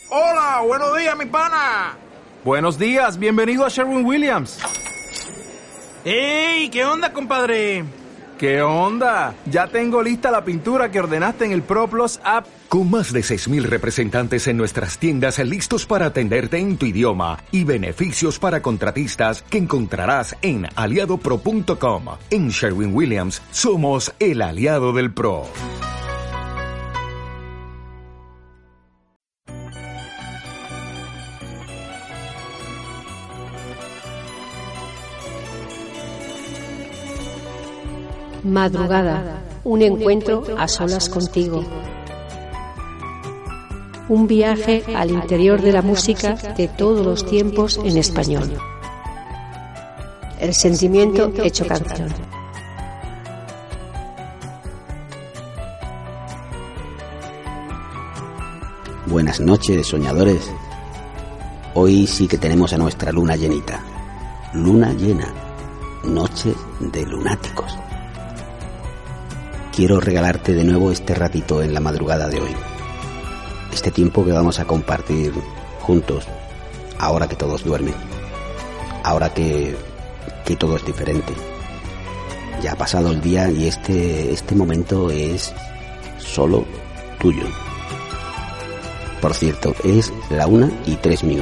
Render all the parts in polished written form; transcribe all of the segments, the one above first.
Hola, buenos días, mi pana. Buenos días, bienvenido a Sherwin-Williams. ¡Ey! ¿Qué onda, compadre? ¿Qué onda? Ya tengo lista la pintura que ordenaste en el ProPlus app. Con más de 6,000 representantes en nuestras tiendas listos para atenderte en tu idioma y beneficios para contratistas que encontrarás en aliadopro.com. En Sherwin-Williams somos el aliado del pro. Madrugada, un encuentro a solas contigo. Un viaje al interior de la música de todos los tiempos en español. El sentimiento hecho canción. Buenas noches, soñadores. Hoy sí que tenemos a nuestra luna llenita. Luna llena, noche de lunáticos. Quiero regalarte de nuevo este ratito en la madrugada de hoy. Este tiempo que vamos a compartir juntos, ahora que todos duermen, ahora que todo es diferente. Ya ha pasado el día y este momento es solo tuyo. Por cierto, es la 1:03.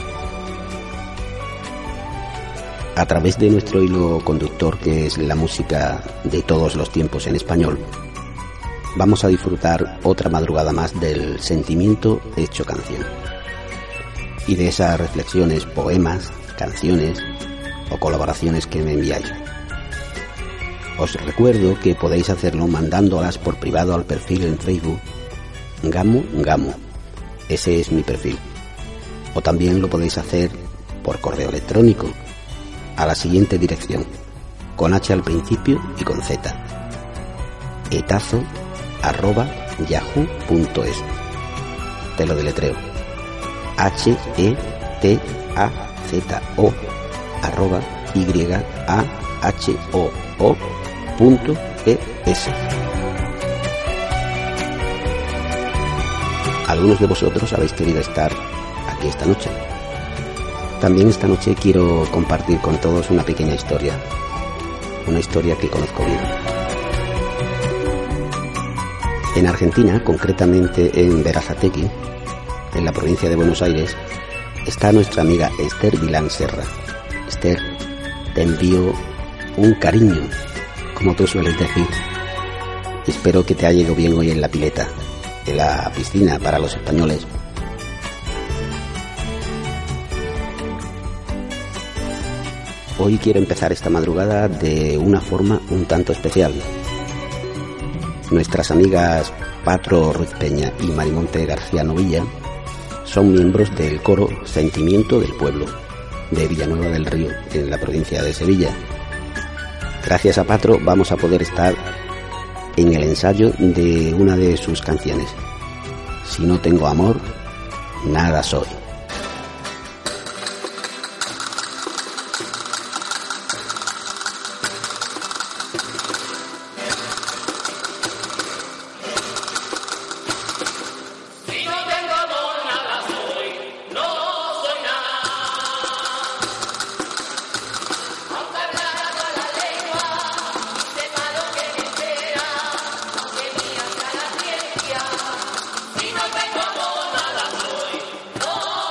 A través de nuestro hilo conductor, que es la música de todos los tiempos en español, vamos a disfrutar otra madrugada más del sentimiento hecho canción. Y de esas reflexiones, poemas, canciones o colaboraciones que me enviáis. Os recuerdo que podéis hacerlo mandándolas por privado al perfil en Facebook Gamu Gamu. Ese es mi perfil. O también lo podéis hacer por correo electrónico a la siguiente dirección, con H al principio y con Z: etazo@yahoo.es. Te lo deletreo: HETAZO@yahoo.es. Algunos de vosotros habéis querido estar aquí esta noche. También esta noche quiero compartir con todos una pequeña historia. Una historia que conozco bien. En Argentina, concretamente en Berazategui, en la provincia de Buenos Aires, está nuestra amiga Esther Vilán Serra. Esther, te envío un cariño, como tú sueles decir. Espero que te haya ido bien hoy en la pileta, en la piscina para los españoles. Hoy quiero empezar esta madrugada de una forma un tanto especial. Nuestras amigas Patro Ruiz Peña y Marimonte García Novilla son miembros del coro Sentimiento del Pueblo de Villanueva del Río, en la provincia de Sevilla. Gracias a Patro vamos a poder estar en el ensayo de una de sus canciones: Si no tengo amor, nada soy. No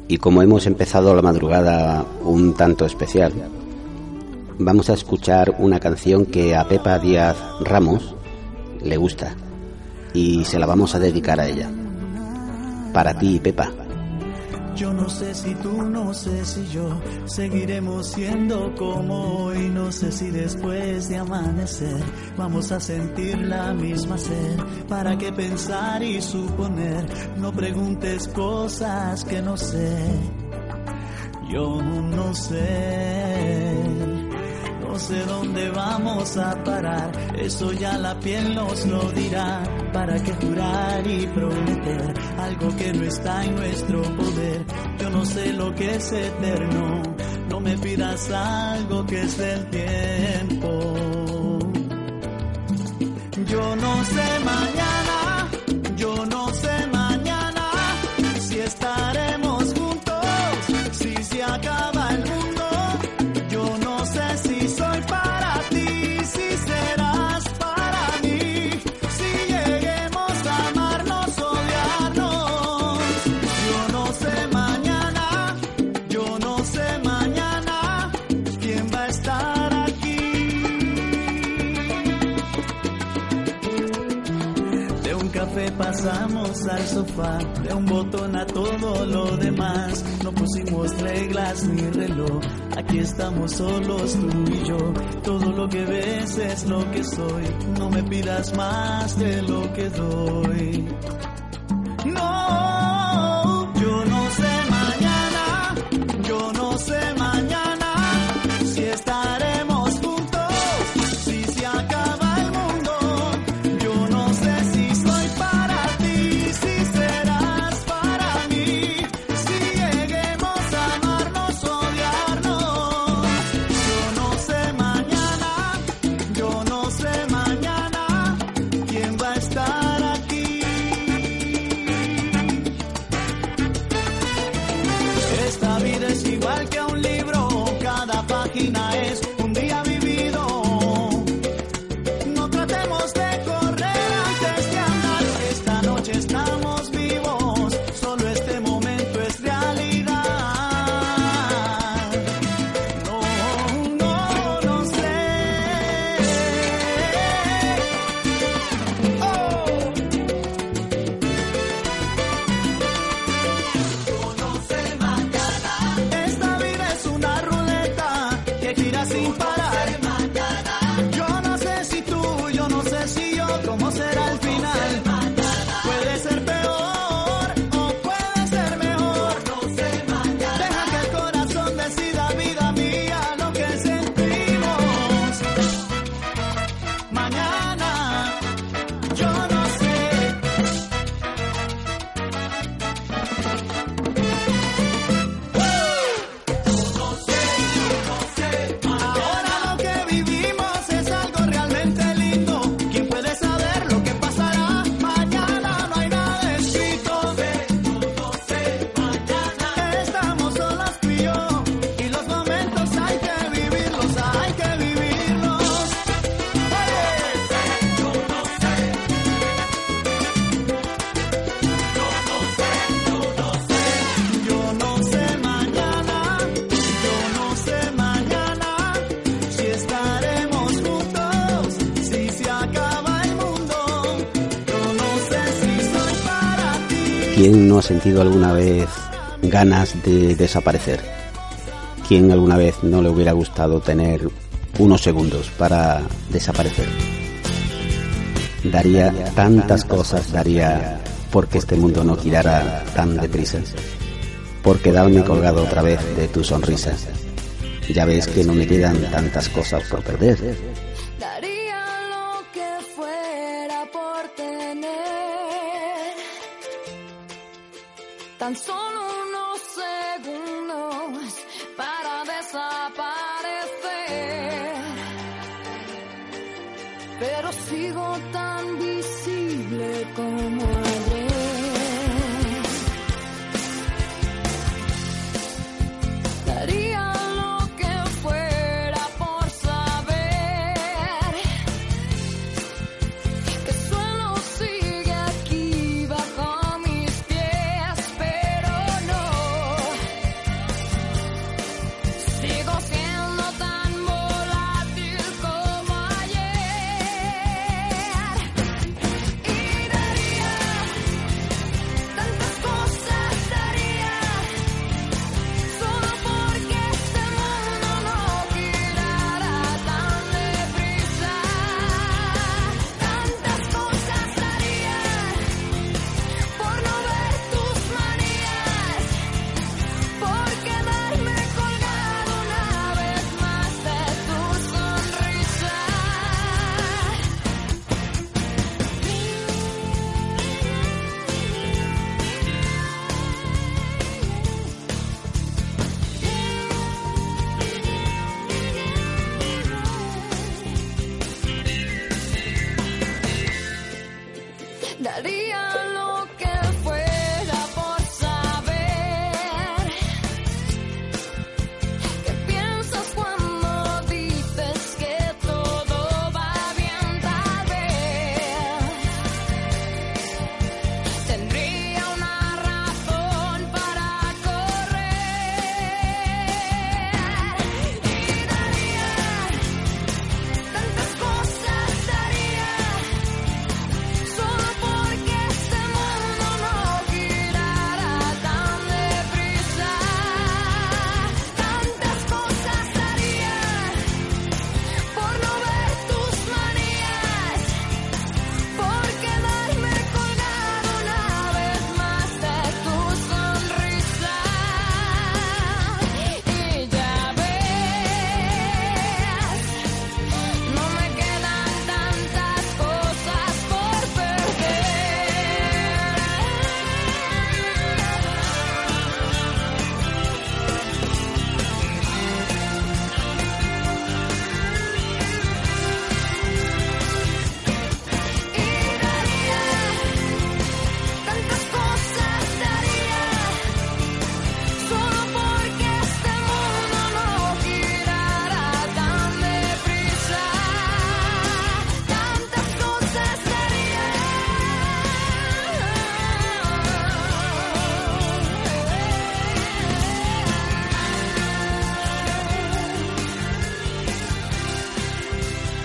Y como hemos empezado la madrugada un tanto especial, vamos a escuchar una canción que a Pepa Díaz Ramos le gusta y se la vamos a dedicar a ella. Para ti, Pepa. Yo no sé si tú, no sé si yo seguiremos siendo como hoy. No sé si después de amanecer vamos a sentir la misma sed. ¿Para qué pensar y suponer? No preguntes cosas que no sé. Yo no sé. No sé dónde vamos a parar, eso ya la piel nos lo dirá. ¿Para qué jurar y prometer algo que no está en nuestro poder? Yo no sé lo que es eterno, no me pidas algo que es del tiempo. Yo no sé mañana, yo no sé mañana si estaremos juntos, si se acaba el mundo. Yo no sé si soy para ti, si serás para mí, si lleguemos a amarnos, odiarnos. Yo no sé mañana, yo no sé mañana quién va a estar aquí. De un café pasamos al sofá, de un botón a todo lo demás. No pusimos reglas ni reloj, aquí estamos solos tú y yo. Todo lo que ves es lo que soy, no me pidas más de lo que doy. No, yo no sé mañana, yo no sé mañana si estaremos juntos, si se acaba el mundo. Yo no sé si soy para ti, si serás para mí, si lleguemos a amarnos, odiarnos. Yo no sé mañana, yo no sé mañana quién va a estar aquí. Esta vida es igual que un libro, cada página es un día vivido. No tratemos de correr antes de andar, esta noche estamos vivos, solo este momento es realidad. No, no, no sé. Oh. Yo no sé mañana. Esta vida es una ruleta que gira sin parar. Yo no sé si tú, yo no sé si yo, cómo será el final. Puede ser peor o puede ser mejor. Deja que el corazón decida, vida mía, lo que sentimos. Mañana, yo no sé. Ahora lo que vivimos es algo realmente lindo. ¿Quién puede saber lo que pasará? Mañana no hay nada escrito. Estamos solos tú y yo, y los momentos hay que vivirlos, hay que vivirlos. Yo no sé mañana, yo no sé mañana si estaremos juntos, si se acaba el mundo. Yo no sé si soy para ti. ¿Quién no ha sentido alguna vez ganas de desaparecer? ¿Quién alguna vez no le hubiera gustado tener unos segundos para desaparecer? Daría tantas cosas, daría porque este mundo no girara tan deprisa, por quedarme colgado otra vez de tu sonrisa. Ya ves que no me quedan tantas cosas por perder. Daría lo que fuera por tener tan solo unos segundos para desaparecer. Pero sigo tan visible como ayer. Daría lo que fuera por saber que solo sigue aquí bajo mis pies, pero no.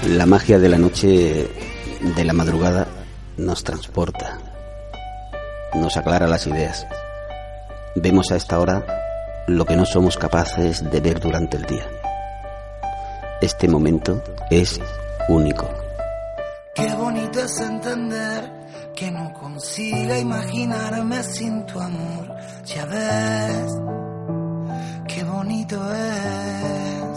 La magia de la noche, de la madrugada, nos transporta, nos aclara las ideas. Vemos a esta hora lo que no somos capaces de ver durante el día. Este momento es único. Qué bonito es entender que no consiga imaginarme sin tu amor. Ya ves, qué bonito es.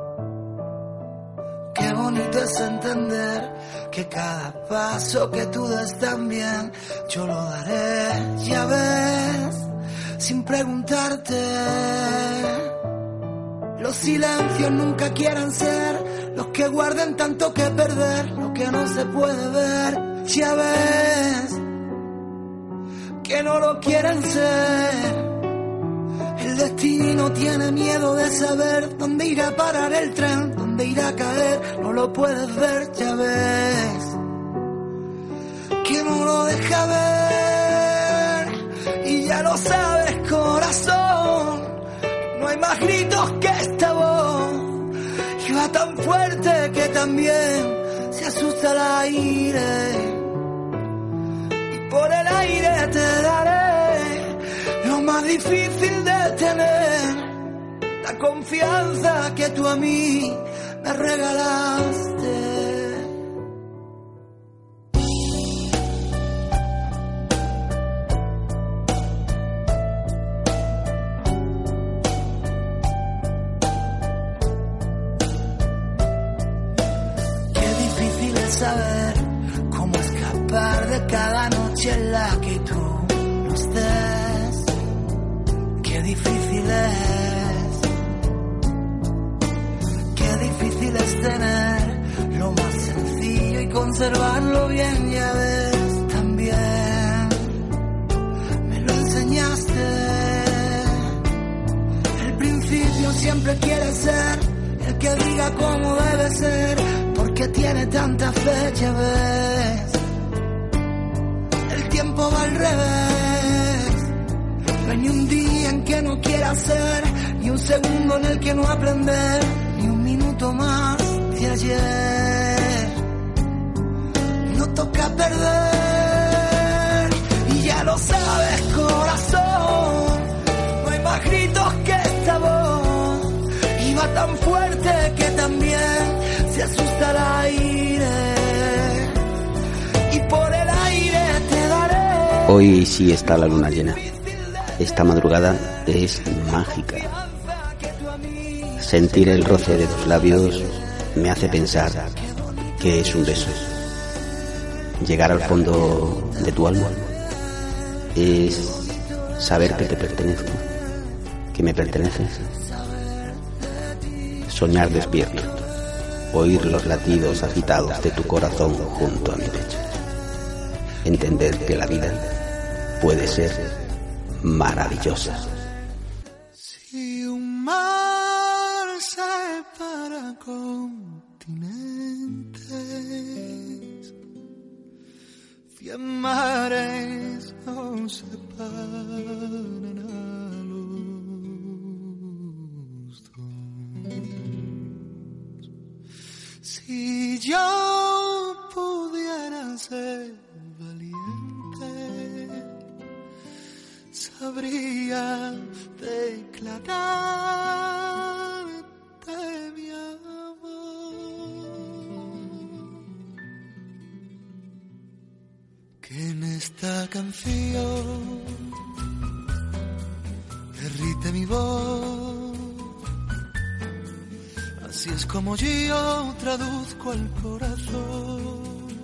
Qué bonito es entender que cada paso que tú des también yo lo daré. Ya ves, sin preguntarte. Los silencios nunca quieren ser los que guarden tanto que perder, lo que no se puede ver. Ya ves que no lo quieren ser. El destino tiene miedo de saber dónde irá a parar el tren, dónde irá a caer, no lo puedes ver. Ya ves que no lo deja ver y ya lo sabes, corazón. No hay más gritos que esta voz y va tan fuerte que también se asusta el aire. Y por el aire te daré lo más difícil de tener, la confianza que tú a mí me regalaste. Saber cómo escapar de cada noche en la que tú no estés. Qué difícil es. Qué difícil es tener lo más sencillo y conservarlo bien. Ya ves, también me lo enseñaste. El principio siempre quiere ser el que diga cómo debe ser, porque tiene tanta fe. Ya ves, el tiempo va al revés. No hay ni un día en que no quiera ser, ni un segundo en el que no aprender, ni un minuto más de ayer. No toca perder y ya lo sabes, corazón. No hay más gritos que esta voz y va tan fuerte que también se asusta el aire y por el aire te daré. Hoy sí está la luna llena. Esta madrugada es mágica. Sentir el roce de tus labios me hace pensar que es un beso. Llegar al fondo de tu alma es saber que te pertenezco, que me perteneces. Soñar despierto, oír los latidos agitados de tu corazón junto a mi pecho. Entender que la vida puede ser maravillosa. Si un mar separa continentes, 100 mares nos separan a los dos. Si yo pudiera ser valiente, sabría declararte mi amor. Que en esta canción derrite mi voz. Así es como yo traduzco al corazón.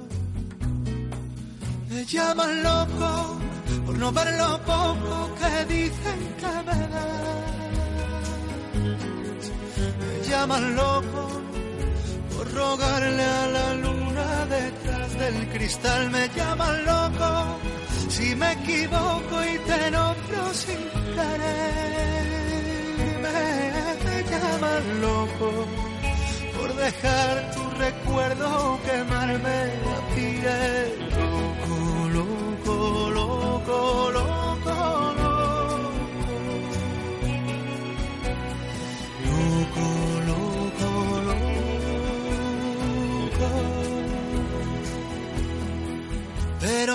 Me llaman loco por no ver lo poco que dicen que me das. Me llaman loco por rogarle a la luna detrás del cristal. Me llaman loco si me equivoco y te nombro sin querer. Me llaman loco por dejar tu recuerdo quemarme la piel. Loco, loco, loco, loco, loco, loco,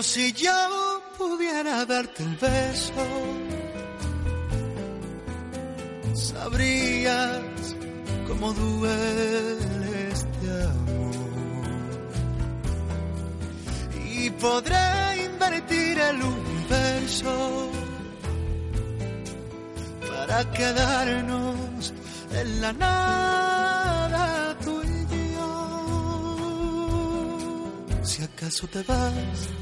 Pero si yo pudiera darte el beso, sabrías cómo duele este amor. Y podré invertir el universo para quedarnos en la nada, tú y yo. Si acaso te vas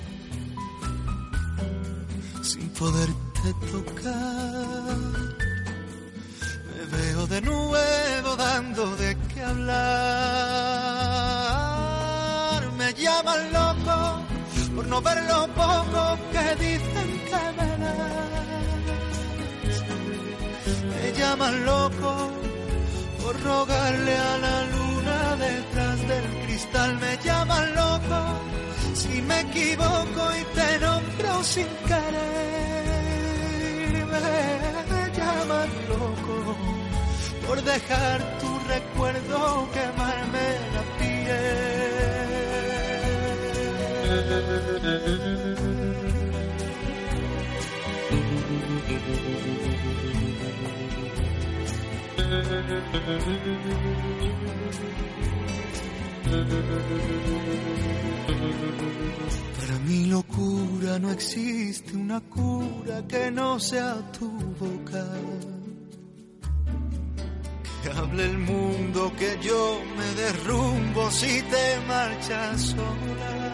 sin poderte tocar, me veo de nuevo dando de qué hablar. Me llaman loco por no ver lo poco que dicen que me das. Me llaman loco por rogarle a la luna detrás del cristal. Me llaman loco si me equivoco y te nombro sin querer. Me llaman loco por dejar tu recuerdo quemarme la Para mi locura no existe una cura que no sea tu boca. Que hable el mundo, que yo me derrumbo si te marchas sola.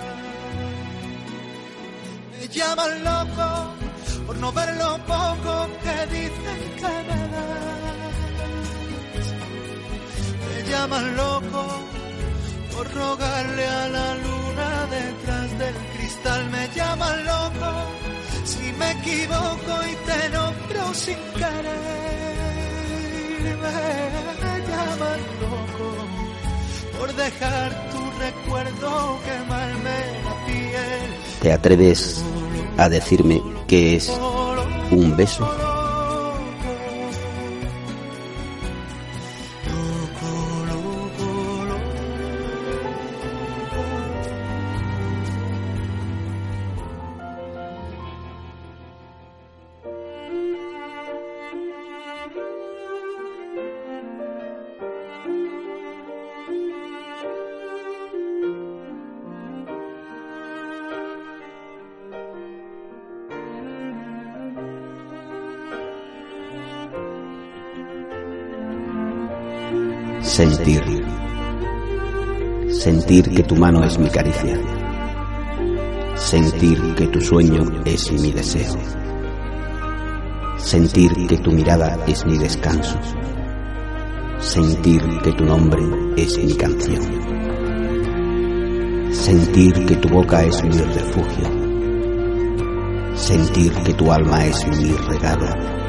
Me llaman loco por no ver lo poco que dicen que me das. Me llaman loco por rogarle a la luna detrás del cristal. Me llaman loco si me equivoco y te nombro sin querer. Me llaman loco por dejar tu recuerdo quemarme la piel. ¿Te atreves a decirme qué es un beso? Sentir. Sentir que tu mano es mi caricia. Sentir que tu sueño es mi deseo. Sentir que tu mirada es mi descanso. Sentir que tu nombre es mi canción. Sentir que tu boca es mi refugio. Sentir que tu alma es mi regalo.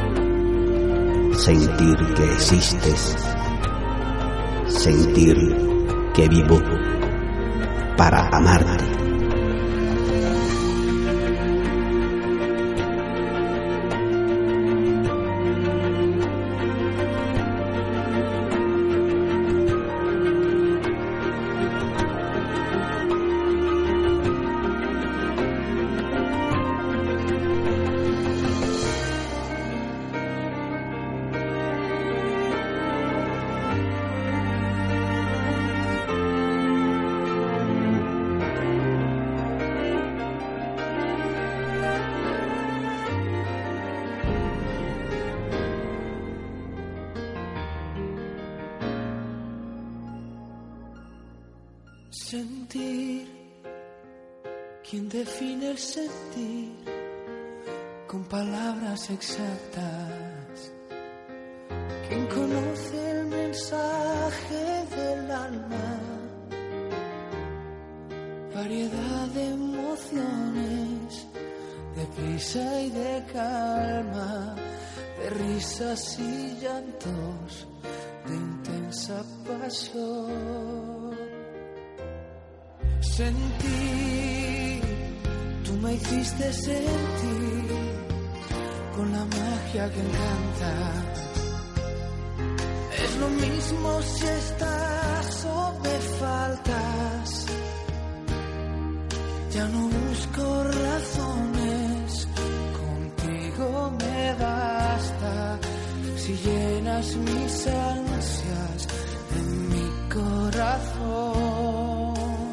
Sentir que existes. Sentir que vivo para amarte. Sentir, ¿quién define el sentir con palabras exactas? ¿Quién conoce el mensaje del alma? Variedad de emociones, de prisa y de calma, de risas y llantos, de intensa pasión. Sentí, tú me hiciste sentir con la magia que encanta. Es lo mismo si estás o me faltas. Ya no busco todas mis ansias en mi corazón.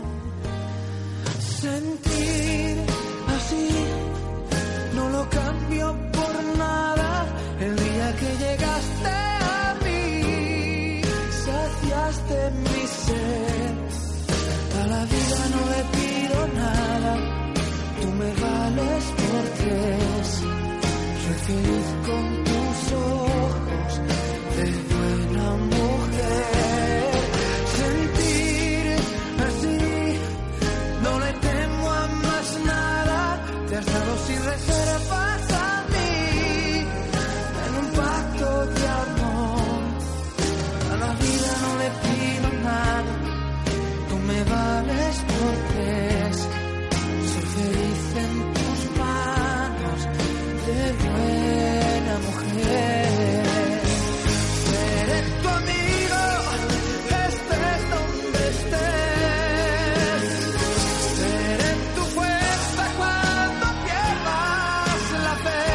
Sentir así no lo cambio por nada. El día que llegaste a mí, saciaste mi sed. A la vida no le pido nada, tú me vales por tres. Soy feliz con tus ojos de buena mujer. Sentir así, no le temo a más nada. Te has dado sin reservas a mí, en un pacto de amor. A la vida no le pido nada, tú me vales por tres. Soy feliz en tus manos de buena mujer. Seré tu amigo, estés donde estés. Seré tu fuerza cuando pierdas la fe.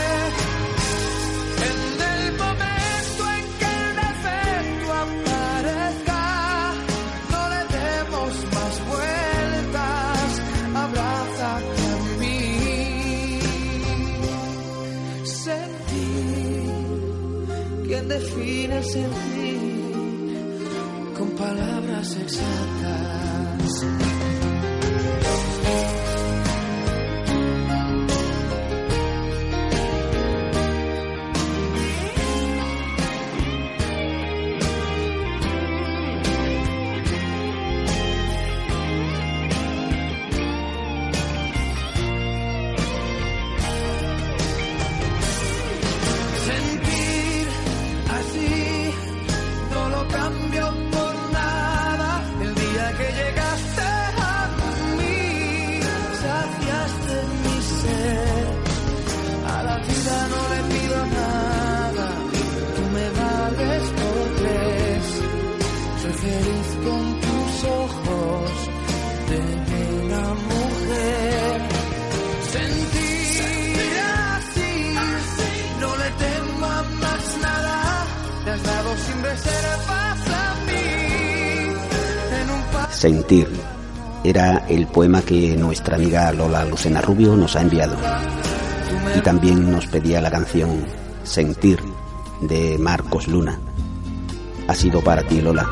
En el momento en que el defecto aparezca, no le demos más vueltas. Abrázate a mí. Sentir, ¿quién define el sentir con palabras exactas? Sentir así no lo cambio por nada. El día que llegaste a mí, saciaste mi sed. A la vida no le pido nada, tú me vales por tres. Soy feliz con tus ojos de buena mujer. Sentir así, no le temo a más nada. Te has dado sin reservas a mí, en un Sentir era el poema que nuestra amiga Lola Lucena Rubio nos ha enviado. Y también nos pedía la canción Sentir de Marcos Luna. Ha sido para ti, Lola.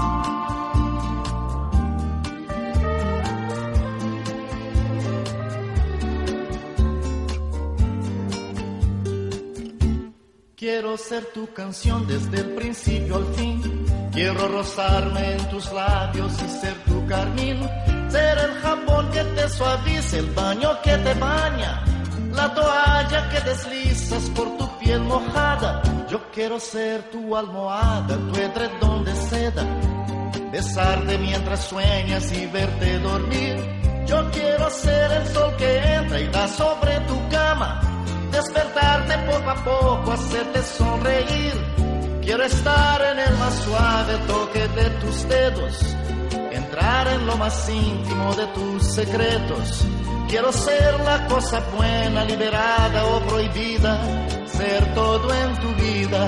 Quiero ser tu canción desde el principio al fin. Quiero rozarme en tus labios y ser tu carmín. Ser el jabón que te suaviza, el baño que te baña, la toalla que deslizas por tu piel mojada. Yo quiero ser tu almohada, tu edredón de seda, besarte mientras sueñas y verte dormir. Yo quiero ser el sol que entra y da sobre tu cama, despertarte poco a poco, hacerte sonreír. Quiero estar en el más suave toque de tus dedos, entrar en lo más íntimo de tus secretos. Quiero ser la cosa buena, liberada o prohibida, ser todo en tu vida.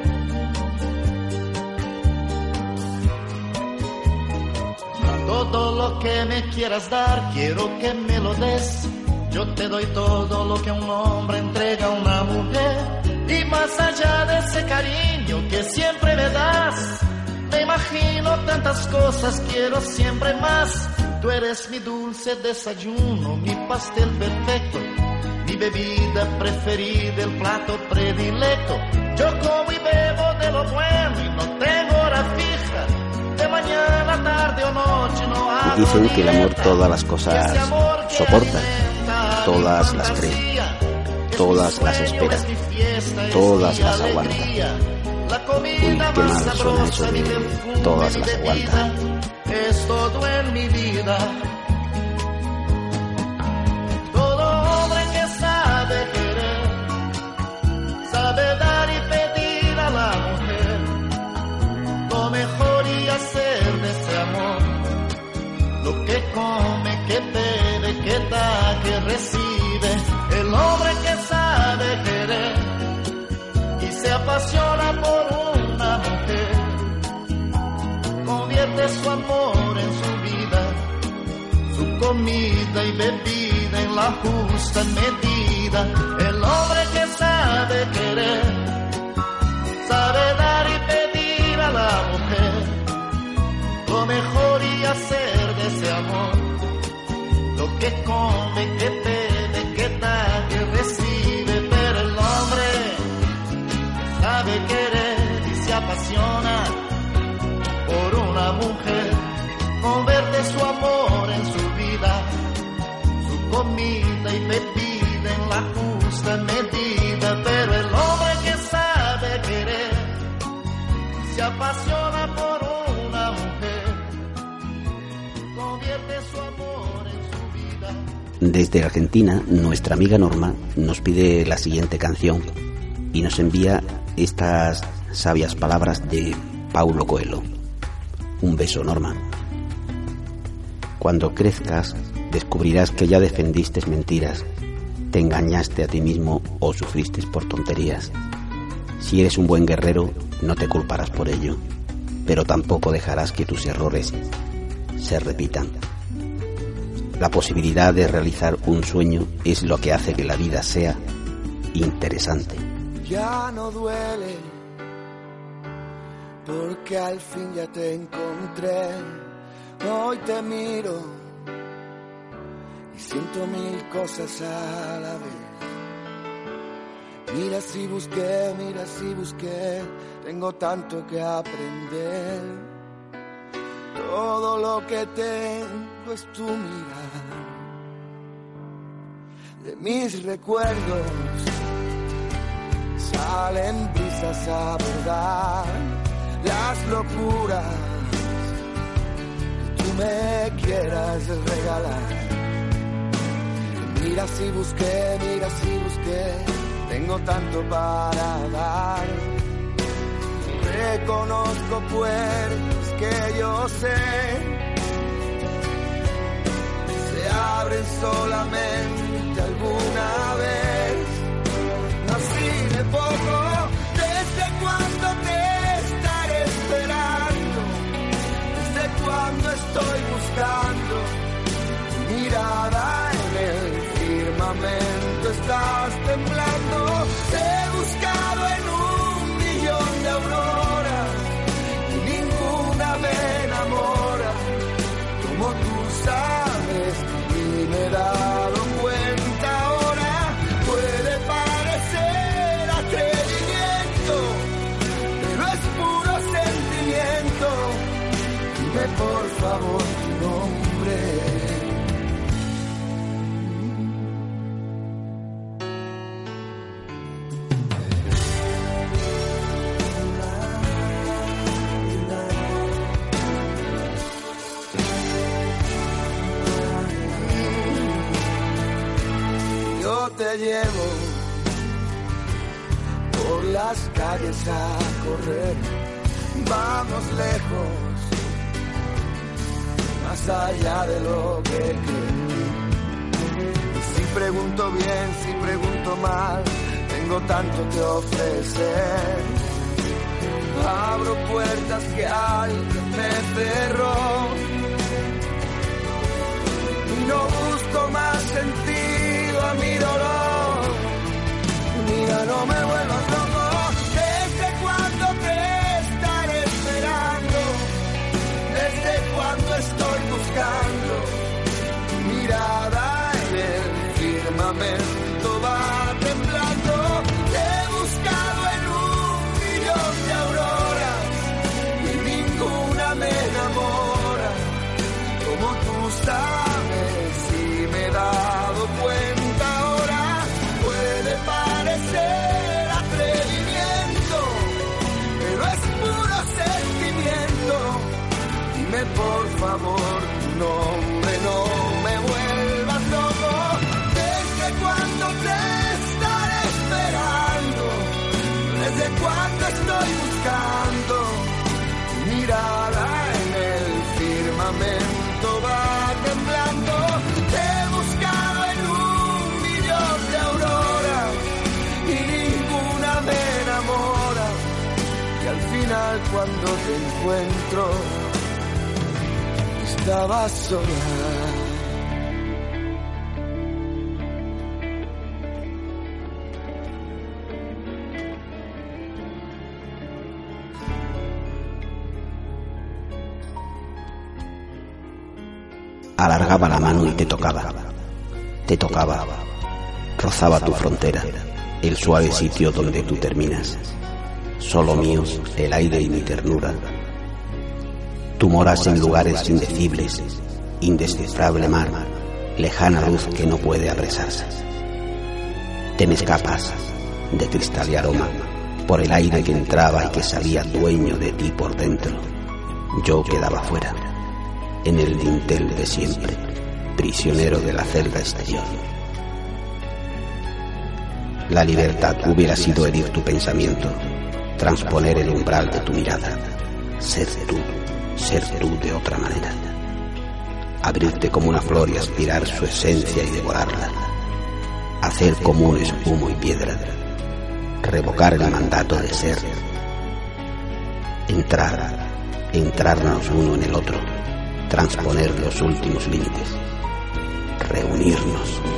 Todo lo que me quieras dar, quiero que me lo des. Yo te doy todo lo que un hombre entrega a una mujer. Y más allá de ese cariño que siempre me das, me imagino tantas cosas, quiero siempre más. Tú eres mi dulce desayuno, mi pastel perfecto, mi bebida preferida, el plato predilecto. Yo como y bebo de lo bueno y no tengo hora fija. De mañana, tarde o noche no hago. Dicen que el amor todas las cosas soporta, todas las cree, todas las espera, todas las aguanta. Uy, qué mal suena eso de todas las aguanta. Es todo en mi vida. Todo hombre que sabe querer, sabe dar y pedir a la mujer lo mejor y hacer de ese amor lo que come, que bebe, que da, que recibe. El hombre que sabe querer y se apasiona por un convierte su amor en su vida, su comida y bebida en la justa medida. El hombre que sabe querer, sabe dar y pedir a la mujer lo mejor y hacer de ese amor lo que come, que bebe, que da, que recibe. Pero el hombre sabe querer y se apasiona por una mujer, convierte su amor en su vida, su comida y bebida en la justa medida. Pero el hombre que sabe querer se apasiona por una mujer, convierte su amor en su vida. Desde Argentina, nuestra amiga Norma nos pide la siguiente canción y nos envía estas sabias palabras de Paulo Coelho. Un beso, Norma. Cuando crezcas, descubrirás que ya defendiste mentiras, te engañaste a ti mismo o sufriste por tonterías. Si eres un buen guerrero, no te culparás por ello, pero tampoco dejarás que tus errores se repitan. La posibilidad de realizar un sueño es lo que hace que la vida sea interesante. Ya no duele, porque al fin ya te encontré. Hoy te miro y siento mil cosas a la vez. Mira si busqué, tengo tanto que aprender. Todo lo que tengo es tu mirada. De mis recuerdos salen brisas a bordar las locuras que tú me quieras regalar. Mira si busqué, tengo tanto para dar. Reconozco puertas que yo sé se abren solamente alguna vez. Así de poco, desde cuando te estaré esperando, desde cuando estoy buscando tu mirada en el firmamento. Estás temblando, te he buscado en 1.000.000 de auroras y ninguna me enamora como tú sabes, y me he dado cuenta ahora. Puede parecer atrevimiento, pero es puro sentimiento. Dime por favor tu nombre. Te llevo por las calles a correr, vamos lejos, más allá de lo que creo. Y si pregunto bien, si pregunto mal, tengo tanto que ofrecer. Abro puertas que alguien me cerró y no busco más sentido a mi dolor. Mira, no me vuelvas loco. ¿Desde cuándo te estaré esperando? ¿Desde cuándo estoy buscando tu mirada en el firmamento? Va temblando. Te he buscado en 1.000.000 de auroras y ninguna me enamora como tú sabes, y me he dado cuenta ahora. Puede parecer atrevimiento, pero es puro sentimiento. Dime por favor tu nombre, no me vuelvas loco. ¿Desde cuándo te estaré esperando? ¿Desde cuándo estoy buscando tu mirada en el firmamento? Va temblando. Te he buscado en 1.000.000 de auroras y ninguna me enamora. Y al final cuando te encuentro estaba sola. Alargaba la mano y te tocaba, rozaba tu frontera, el suave sitio donde tú terminas. Solo míos el aire y mi ternura. Tú moras en lugares indecibles, indescifrable mar, lejana luz que no puede apresarse. Te me escapas de cristal y aroma, por el aire que entraba y que salía dueño de ti por dentro. Yo quedaba fuera, en el dintel de siempre, prisionero de la celda exterior. La libertad hubiera sido herir tu pensamiento, transponer el umbral de tu mirada, ser tú de otra manera, abrirte como una flor y aspirar su esencia y devorarla, hacer comunes humo y piedra, revocar el mandato de ser, entrarnos uno en el otro, transponer los últimos límites, reunirnos.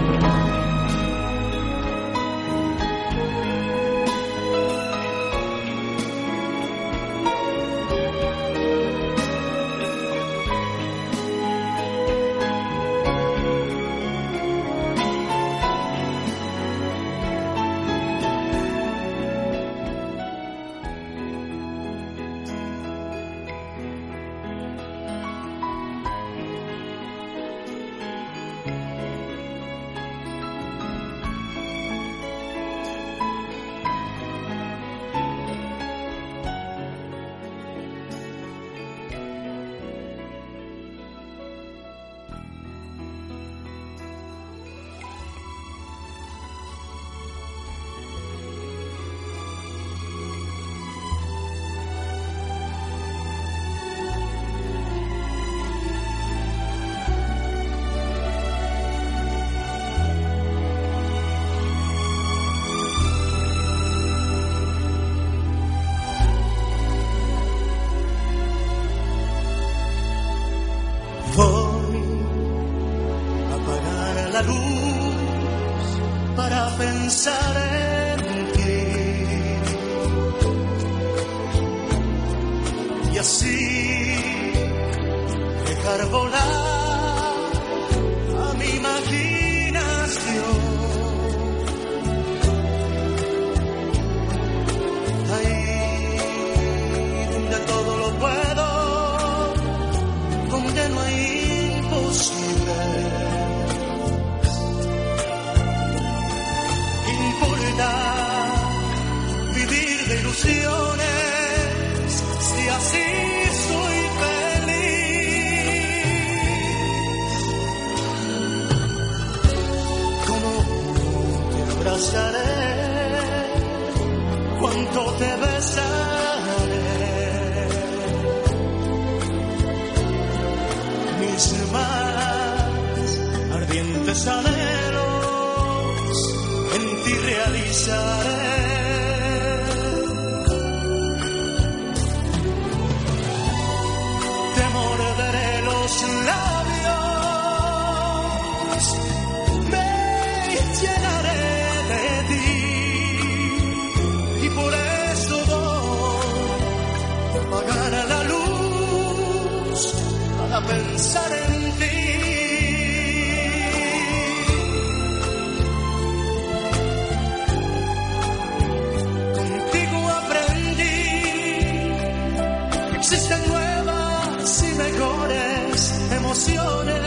Voy a apagar la luz para pensar en ti y así dejar volar a mi imaginación. Ahí donde todo lo puedo, donde no hay imposibles. Importa vivir de ilusiones, si así soy feliz. Cómo te abrazaré, cuánto te besaré. Mis más ardientes anhelos en ti realizaré. Te morderé los labios, me llenaré de ti y por eso voy a apagar la luz para pensar en ti. Contigo aprendí que existen nuevas y mejores emociones.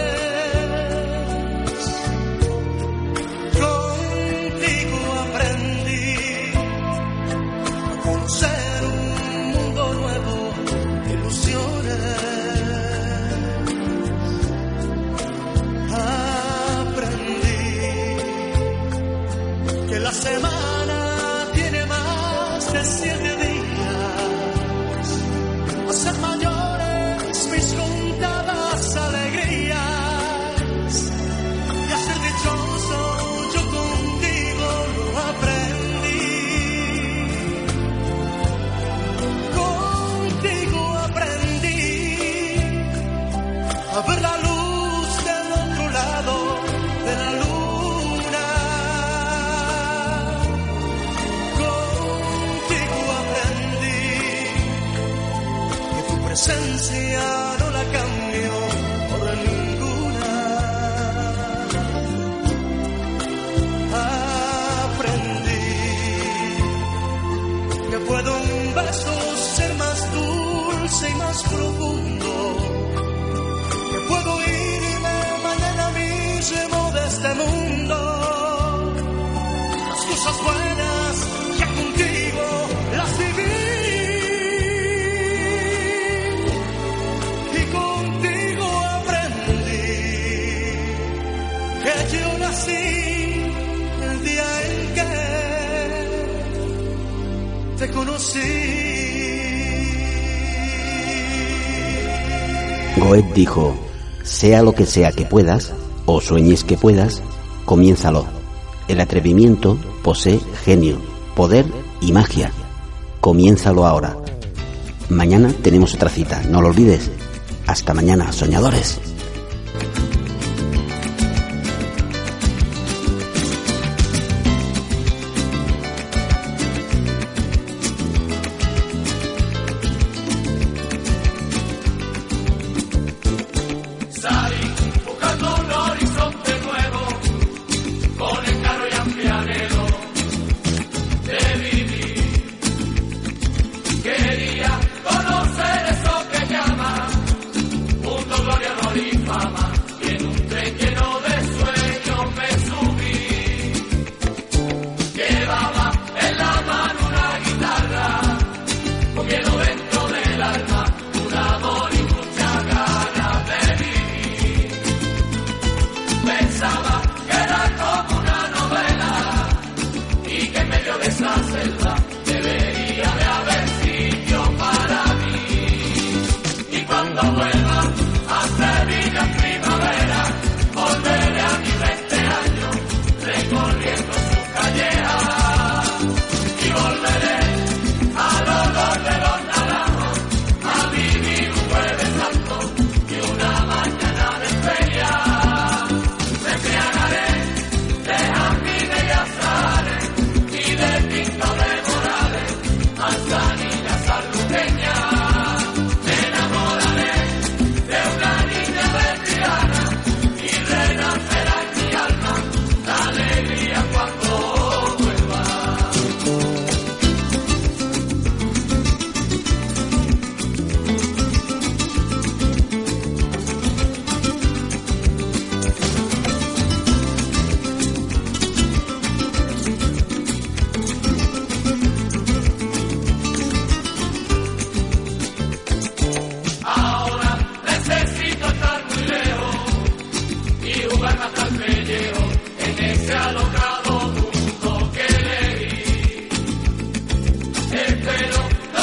Contigo aprendí a conocer un mundo nuevo de ilusiones. La semana tiene más de 7 días, a ser mayores mis contadas alegrías. a ver la luz del otro lado de la luna. Contigo aprendí que tu presencia no la cambio por ninguna. Aprendí que puedo un beso ser más dulce y más profundo. Puedo irme mañana mismo de este mundo. Las cosas buenas ya contigo las viví. Y contigo aprendí que yo nací el día en que te conocí. Goethe dijo: sea lo que sea que puedas, o sueñes que puedas, comiénzalo. El atrevimiento posee genio, poder y magia. Comiénzalo ahora. Mañana tenemos otra cita, no lo olvides. Hasta mañana, soñadores.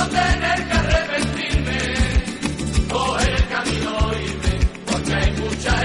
Mucha